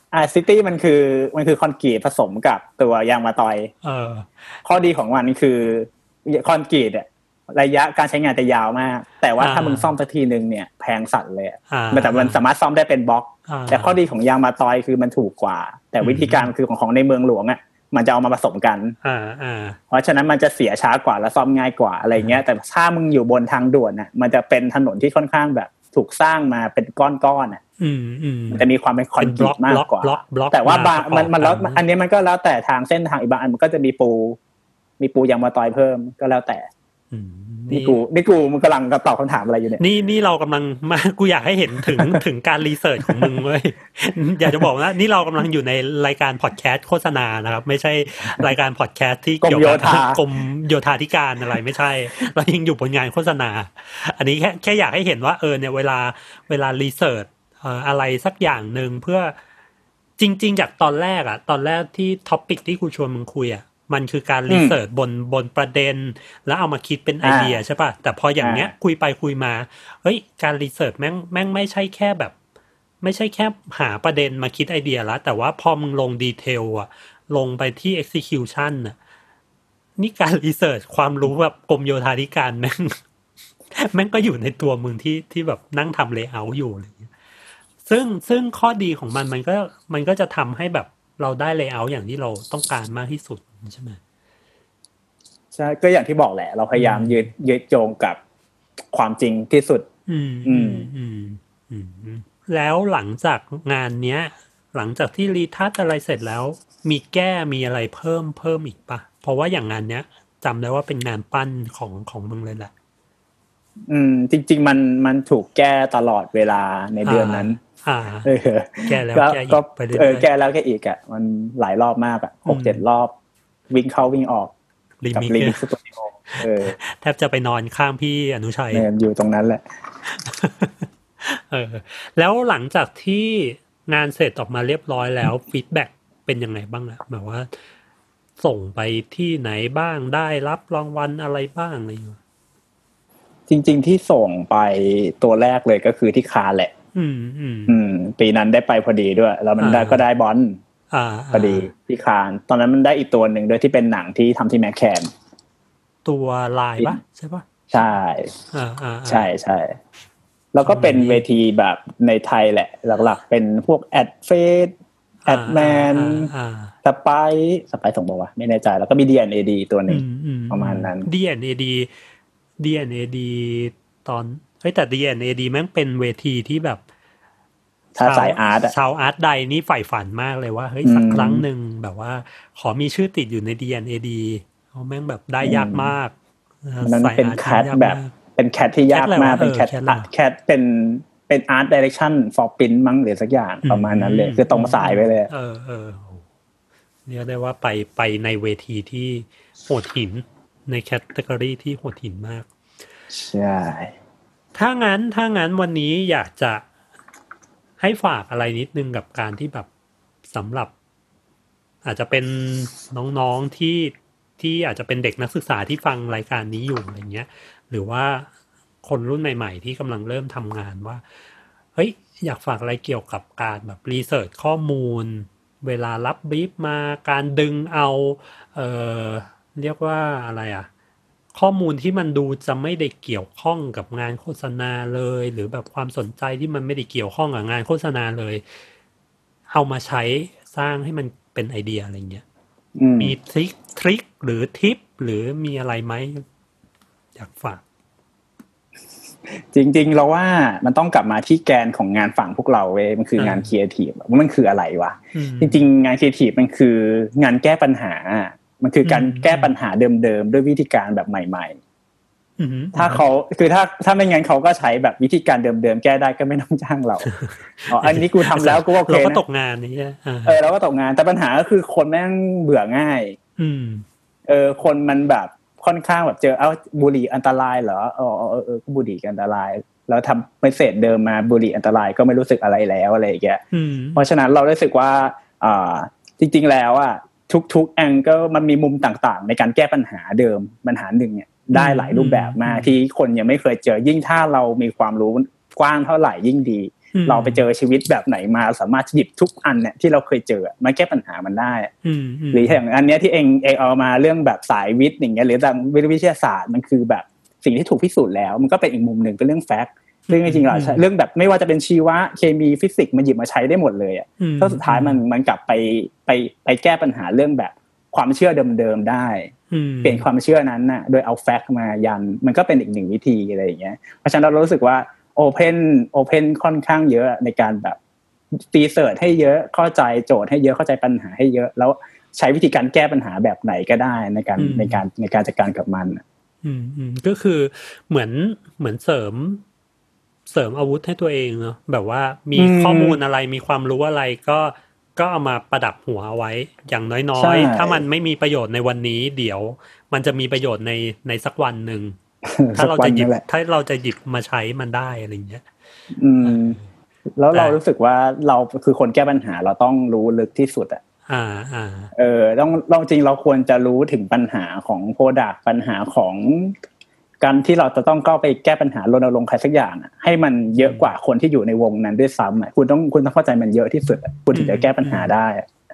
S5: ซิตี้มันคือคอนกรีตผสมกับตัวยางมะตอยข้อดีของมันคือคอนกรีตอ่ะระยะการใช้งานจะยาวมากแต่ว่าถ้ามึงซ่อมสักทีนึงเนี่ยแพงสัตว์เลยแต่มันสามารถซ่อมได้เป็นบล็อกแต่ข้อดีของยางมะตอยคือมันถูกกว่าแต่วิธีการคือของในเมืองหลวงอ่ะมันจะเอามาผสมกันเพราะฉะนั้นมันจะเสียช้ากว่าและซ่อมง่ายกว่าอะไรเงี้ยแต่ถ้ามึงอยู่บนทางด่วนน่ะมันจะเป็นถนนที่ค่อนข้างแบบถูกสร้างมาเป็นก้อนๆน่ะมันจะมีความเป็นคอนกรีตมากกว่าแต่ว่าบางมันแล้วอันนี้มันก็แล้วแต่ทางเส้นทางอีกบางอันมันก็จะมีปูยางมะตอยเพิ่มก็แล้วแต่นี่กูมึงกำลังตอบคำถามอะไรอยู่เนี่ย
S4: นี่เรากำลังมากูอยากให้เห็นถึงการรีเสิร์ชของมึงเว้ยอยากจะบอกว่านี่เรากำลังอยู่ในรายการพอดแคสต์โฆษณานะครับไม่ใช่รายการพอดแคสต์ที่เกี่ยวกับกรมโยธาธิการอะไรไม่ใช่เรายังอยู่บนงานโฆษณาอันนี้แค่อยากให้เห็นว่าเนี่ยเวลารีเสิร์ชอะไรสักอย่างนึงเพื่อจริงๆจากตอนแรกที่ท็อปิกที่กูชวนมึงคุยมันคือการรีเสิร์ชบนประเด็นแล้วเอามาคิดเป็นไอเดียใช่ป่ะแต่พออย่างเงี้ยคุยไปคุยมาเฮ้ยการรีเสิร์ชแม่งไม่ใช่แค่แบบไม่ใช่แค่หาประเด็นมาคิดไอเดียแล้วแต่ว่าพอมึงลงดีเทลลงไปที่ execution นี่การรีเสิร์ชความรู้แบบกรมโยธาธิการแม่งก็อยู่ในตัวมึงที่แบบนั่งทำเลเยอร์อยู่อะไรอย่างเงี้ยซึ่งข้อดีของมันก็จะทำให้แบบเราได้เลเยอร์อย่างที่เราต้องการมากที่สุดใช่ไหม
S5: ใช่ก็อย่างที่บอกแหละเราพยายามยึดโยงกับความจริงที่สุด
S4: แล้วหลังจากงานเนี้ยหลังจากที่รีทัชอะไรเสร็จแล้วมีอะไรเพิ่มอีกปะเพราะว่าอย่างงานเนี้ยจำได้ว่าเป็นงานปั้นของมึงเลยแหละ
S5: จริงๆมันถูกแก้ตลอดเวลาในเดือนนั้น
S4: แก้แล้วแก้อีกไปเรื่อย
S5: ๆแก้แล้วแก้อีกมันหลายรอบมาก6-7 รอบวิ่งเข้าวิ่งออกกับลิมิตสตูดิโอ
S4: แทบจะไปนอนข้างพี่อนุชัย
S5: อยู่ตรงนั้นแหละ
S4: แล้วหลังจากที่งานเสร็จออกมาเรียบร้อยแล้วฟีดแบ็กเป็นยังไงบ้างล่ะแบบว่าส่งไปที่ไหนบ้างได้รับรางวัลอะไรบ้างอะไรอย่างเงี้ย
S5: จริงๆที่ส่งไปตัวแรกเลยก็คือที่คาแหละปีนั้นได้ไปพอดีด้วยแล้วมันก็ได้บอลพอดีที่คานตอนนั้นมันได้อีกตัวหนึ่งด้วยที่เป็นหนังที่ทำที่แมคแคน
S4: ตัวลายปะใช่ปะ
S5: ใช่ใช่ใช่แล้วก็เป็นเวทีแบบในไทยแหละหลักๆเป็นพวกแอดเฟสแอดแมนสไปส่งบอกว่าไม่แน่ใจแล้วก็มี D&AD ตัวหนึ่งประมาณนั้น
S4: D&AD ตอนแต่ D&AD แม่งเป็นเวทีที่แบบ
S5: ถ้าสายอาร์ต
S4: ชาวอาร์ตใดนี่ใฝ่ฝันมากเลยว่าเฮ้ยสักครั้งนึงแบบว่าขอมีชื่อติดอยู่ใน D&AD เอาแม่งแบบได้ยากมาก
S5: มันเป็นแคทแบบเป็นแคทที่ยากมากเป็นแคทเป็นอาร์ตไดเรคชั่นฟอร์ปรินท์มั้งหรือสักอย่างประมาณนั้นเลยคือตรงสายไปเลย
S4: เรียกได้ว่าไปในเวทีที่โหดหินในแคตตากรีที่โหดหินมาก
S5: ใช่
S4: ถ้างั้นวันนี้อยากจะให้ฝากอะไรนิดนึงกับการที่แบบสำหรับอาจจะเป็นน้องๆที่อาจจะเป็นเด็กนักศึกษาที่ฟังรายการนี้อยู่อะไรเงี้ยหรือว่าคนรุ่นใหม่ๆที่กำลังเริ่มทำงานว่าเฮ้ยอยากฝากอะไรเกี่ยวกับการแบบรีเสิร์ชข้อมูลเวลารับบรีฟมาการดึงเอาเรียกว่าอะไรข้อมูลที่มันดูจะไม่ได้เกี่ยวข้องกับงานโฆษณาเลยหรือแบบความสนใจที่มันไม่ได้เกี่ยวข้องกับงานโฆษณาเลยเอามาใช้สร้างให้มันเป็นไอเดียอะไรเงี้ยมีทริคหรือทิปหรือมีอะไรไหมอยากฝาก
S5: จริงๆเราว่ามันต้องกลับมาที่แกนของงานฝั่งพวกเราเว้ยมันคืองานครีเอทีฟว่ามันคืออะไรวะจริงๆงานครีเอทีฟมันคืองานแก้ปัญหามันคือการแก้ปัญหาเดิมๆด้วยวิธีการแบบใหม่ๆถ้าเขาคือถ้าไม่งั้นเขาก็ใช้แบบวิธีการเดิมๆแก้ได้ก็ไม่ต้องจ้างเราอันนี้กูทำแล้วกูโอเคนะ
S4: เราก็ตกงานนี่
S5: เราก็ตกงานแต่ปัญหาก็คือคนแม่งเบื่อง่ายคนมันแบบค่อนข้างแบบเจอบุหรี่อันตรายเหรอก็บุหรี่อันตรายแล้วทำไม่เสร็จเดิมมาบุหรี่อันตรายก็ไม่รู้สึกอะไรแล้วอะไรอย่างเงี้ยเพราะฉะนั้นเรารู้สึกว่าจริงๆแล้วทุกแองเกิลมันมีมุมต่างๆในการแก้ปัญหาเดิมปัญหาหนึ่งเนี่ยได้หลายรูปแบบมากที่คนยังไม่เคยเจอยิ่งถ้าเรามีความรู้กว้างเท่าไหร่ยิ่งดีเราไปเจอชีวิตแบบไหนมาสามารถหยิบทุกอันเนี่ยที่เราเคยเจอมาแก้ปัญหามันได้หรืออย่างอันเนี้ยที่เองเอามาเรื่องแบบสายวิทย์อย่างเงี้ยหรือทางวิทยาศาสตร์มันคือแบบสิ่งที่ถูกพิสูจน์แล้วมันก็เป็นอีกมุมนึงเป็นเรื่องแฟกต์ซึ่งจริงๆเราเรื่องแบบไม่ว่าจะเป็นชีวะเคมีฟิสิกส์มันหยิบมาใช้ได้หมดเลยอ่ะถ้าสุดท้ายมันกลับไปแก้ปัญหาเรื่องแบบความเชื่อเดิมๆได้เปลี่ยนความเชื่อนั้นน่ะโดยเอาแฟกต์มายันมันก็เป็นอีกหนึ่งวิธีอะไรอย่างเงี้ยเพราะฉะนั้นเรารู้สึกว่าโอเพนค่อนข้างเยอะในการแบบรีเสิร์ชให้เยอะเข้าใจโจทย์ให้เยอะเข้าใจปัญหาให้เยอะแล้วใช้วิธีการแก้ปัญหาแบบไหนก็ได้ในการจัดการกับมัน
S4: ก็คือเหมือนเสริมอาวุธให้ตัวเองเนาะแบบว่ามีข้อมูลอะไรมีความรู้อะไรก็เอามาประดับหัวเอาไว้อย่างน้อยๆถ้ามันไม่มีประโยชน์ในวันนี้เดี๋ยวมันจะมีประโยชน์ในสักวันนึงถ้าเราจะหยิบมาใช้มันได้อะไรอย่างเงี้ย
S5: แล้วเรารู้สึกว่าเราคือคนแก้ปัญหาเราต้องรู้ลึกที่สุดอ่ะต้องจริงเราควรจะรู้ถึงปัญหาของโปรดักต์ปัญหาของการที่เราจะต้องเข้าไปแก้ปัญหารณรงค์ใครสักอย่างอ่ะให้มันเยอะกว่าคนที่อยู่ในวงนั้นด้วยซ้ำอ่ะคุณต้องเข้าใจมันเยอะที่สุดคุณถึงจะแก้ปัญหาได้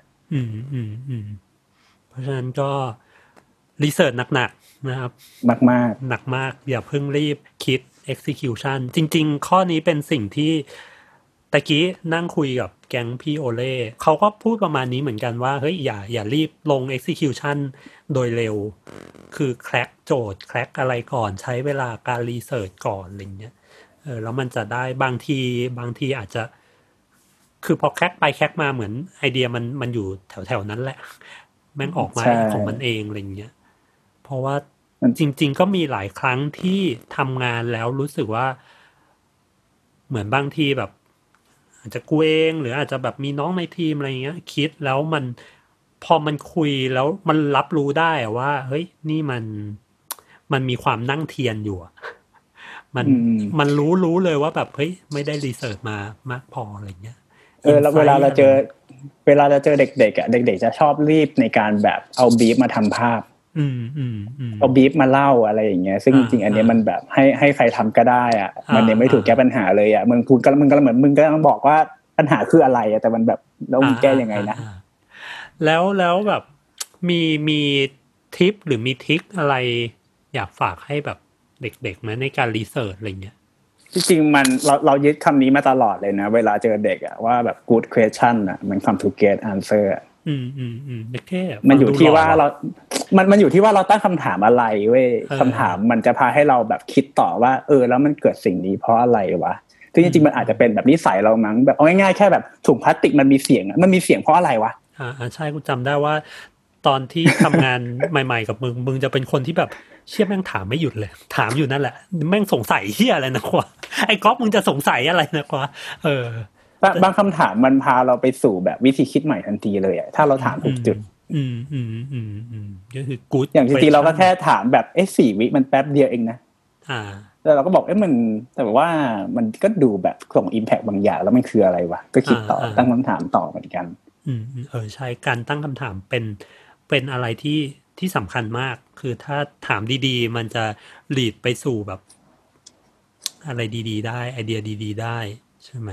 S4: เพราะฉะนั้นก็รีเสิร์ชหนักๆนะครับ
S5: มาก
S4: หนักมากอย่าเพิ่งรีบคิด execution จริงๆข้อนี้เป็นสิ่งที่ตะกี้นั่งคุยกับแก๊งพี่โอเล่เขาก็พูดประมาณนี้เหมือนกันว่าเฮ้ยอย่ารีบลง execution โดยเร็วคือแคร็กโจทย์แคร็กอะไรก่อนใช้เวลาการรีเสิร์ชก่อนอะไรเงี้ยแล้วมันจะได้บางทีอาจจะคือพอแคร็กไปแคร็กมาเหมือนไอเดียมันอยู่แถวๆนั้นแหละแม่งออกมาของมันเองอะไรเงี้ยเพราะว่าจริงๆก็มีหลายครั้งที่ทำงานแล้วรู้สึกว่าเหมือนบางทีแบบอาจจะกูเองหรืออาจจะแบบมีน้องในทีมอะไรเงี้ยคิดแล้วมันพอมันคุยแล้วมันรับรู้ได้ว่าเฮ้ยนี่มันมีความนั่งเทียนอยู่มันรู้เลยว่าแบบเฮ้ยไม่ได้รีเสิร์ชมามากพออะไรเงี้ย
S5: แล้วเวลาเราเจอเด็กๆอ่ะเด็กๆจะชอบรีบในการแบบเอาบีฟมาทำภาพเอาบีฟมาเล่าอะไรอย่างเงี้ยซึ่งจริงๆอันนี้มันแบบให้ใครทำก็ได้อ่ะมันยังไม่ถูกแก้ปัญหาเลยอ่ะมึงก็เหมือนมึงก็ต้องบอกว่าปัญหาคืออะไรอ่ะแต่มันแบบแล้วมึงแก้ยังไงนะ
S4: แล้วแบบมีทิปหรือมีทริคอะไรอยากฝากให้แบบเด็กๆไหมในการรีเสิร์ชอะไรเงี้ย
S5: จริงๆมันเรายึดคำนี้มาตลอดเลยนะเวลาเจอเด็กอ่ะว่าแบบ good question อ่ะมัน come to get answer มันอยู่ที่ว่ามันอยู่ที่ว่าเราตั้งคำถามอะไรเว้ยคำถามมันจะพาให้เราแบบคิดต่อว่าแล้วมันเกิดสิ่งนี้เพราะอะไรวะซึ่งจริงๆมันอาจจะเป็นแบบนิสัยเรามั้งแบบเอาง่ายๆแค่แบบถุงพลาสติกมันมีเสียงมันมีเสียงเพราะอะไรวะ
S4: ใช่กูจำได้ว่าตอนที่ทำงานใหม่ๆกับมึงจะเป็นคนที่แบบเชี่ยแม่งถามไม่หยุดเลยถามอยู่นั่นแหละแม่งสงสัยเหี้ยอะไรนะวะไอ้ก๊อฟมึงจะสงสัยอะไรนะวะ
S5: บางคำถามมันพาเราไปสู่แบบวิธีคิดใหม่ทันทีเลยอ่ะถ้าเราถามถูกจุด
S4: ก็คือกู๊ด
S5: อย่างจริงๆเราก็แค่ถามแบบ4 วิมันแป๊บเดียวเองนะแล้วเราก็บอกมันแต่ว่ามันก็ดูแบบส่ง impact บางอย่างแล้วมันคืออะไรวะก็คิดต่อตั้งคำถามต่อเหมือนกัน
S4: ใช่การตั้งคำถามเป็นอะไรที่สำคัญมากคือถ้าถามดีๆมันจะลีดไปสู่แบบอะไรดีๆได้ไอเดียดีๆได้ใช่ไหม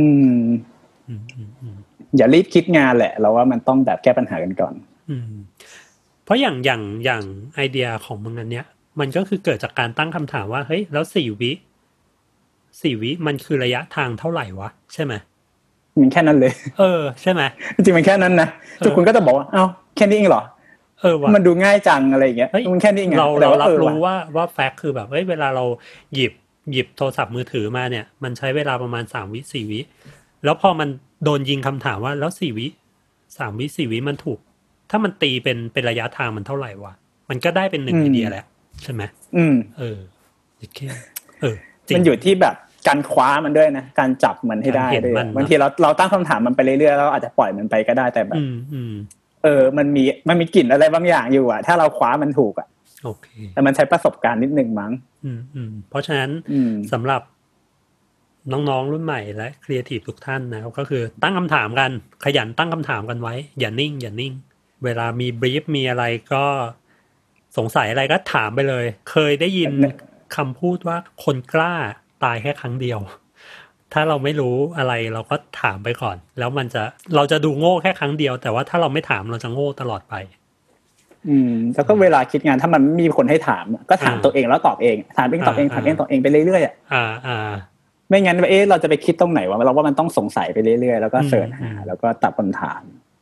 S5: อย่ารีบคิดงานแหละเราว่ามันต้องแบบแก้ปัญหากันก่อน
S4: เพราะอย่างไอเดียของมึงอันเนี้ยมันก็คือเกิดจากการตั้งคำถามว่าเฮ้ยแล้ว4 วิมันคือระยะทางเท่าไหร่วะใช่ไหม
S5: มันแค่นั้นเลย
S4: ใช่ไหม
S5: จริงมันแค่นั้นนะทุกคนก็จะบอกว่าเอ้าแค่นี้เองเหรอมันดูง่ายจังอะไรอย่างเงี้ยมันแค่นี้เอง
S4: เรารับรู้ว่าแฟกต์คือแบบเวลาเราหยิบโทรศัพท์มือถือมาเนี่ยมันใช้เวลาประมาณ3 วิ4 วิแล้วพอมันโดนยิงคำถามว่าแล้ว4 วิ3 วิ4 วิมันถูกถ้ามันตีเป็นระยะทางมันเท่าไหร่วะมันก็ได้เป็น1ไอเดียแหละใช่ไหมโอเค
S5: มันอยู่ที่แบบการคว้ามันด้วยนะการจับมันให้ได้ด้วยบางทีเราตั้งคำถามมันไปเรื่อยๆแล้วอาจจะปล่อยมันไปก็ได้แต่แบบมันมีกลิ่นอะไรบางอย่างอยู่อ่ะถ้าเราคว้ามันถูกอ่ะ
S4: โอเค
S5: แต่มันใช้ประสบการณ์นิดนึงมั้ง
S4: เพราะฉะนั้นสำหรับน้องๆรุ่นใหม่และครีเอทีฟทุกท่านนะครับก็คือตั้งคำถามกันขยันตั้งคำถามกันไว้อย่านิ่งเวลามีบรีฟมีอะไรก็สงสัยอะไรก็ถามไปเลยเคยได้ยินคำพูดว่าคนกล้าตายแค่ครั้งเดียวถ้าเราไม่รู้อะไรเราก็ถามไปก่อนแล้วเราจะดูโง่แค่ครั้งเดียวแต่ว่าถ้าเราไม่ถามเราจะโง่ตลอดไป
S5: แล้วก็เวลาคิดงานถ้ามันมีคนให้ถามก็ถามตัวเองแล้วตอบเองถามเองตอบเองถามเองตอบเองไปเรื่อยๆไม่งั้นเราจะไปคิดตรงไหนวะเราว่ามันต้องสงสัยไปเรื่อยๆแล้วก็เสิร์ชหาแล้วก็ตอบคำถาม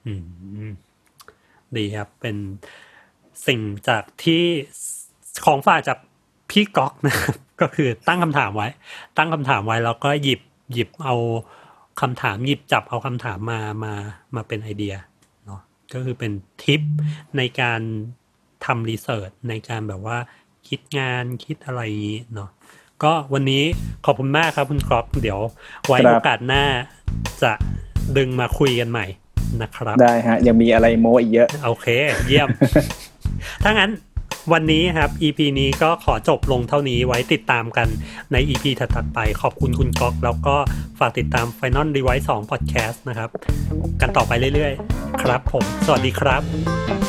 S4: ดีครับเป็นสิ่งจากที่ของฝากจากพี่ก๊อกนะครับก็คือตั้งคำถามไว้แล้วก็หยิบเอาคำถามหยิบจับเอาคำถามมาเป็นไอเดียเนาะก็คือเป็นทิปในการทำรีเสิร์ชในการแบบว่าคิดงานคิดอะไรอย่างนี้เนาะก็วันนี้ขอบคุณมากครับคุณก๊อกเดี๋ยวไว้โอกาสหน้าจะดึงมาคุยกันใหม่นะครับ
S5: ได้ฮะยังมีอะไรโมอีกเยอะ
S4: โอเคเยี่ยม ถ้างั้นวันนี้ครับ EP นี้ก็ขอจบลงเท่านี้ไว้ติดตามกันใน EP ถัดๆไปขอบคุณคุณก๊อกแล้วก็ฝากติดตาม Final Device 2 Podcast นะครับกันต่อไปเรื่อยๆครับผมสวัสดีครับ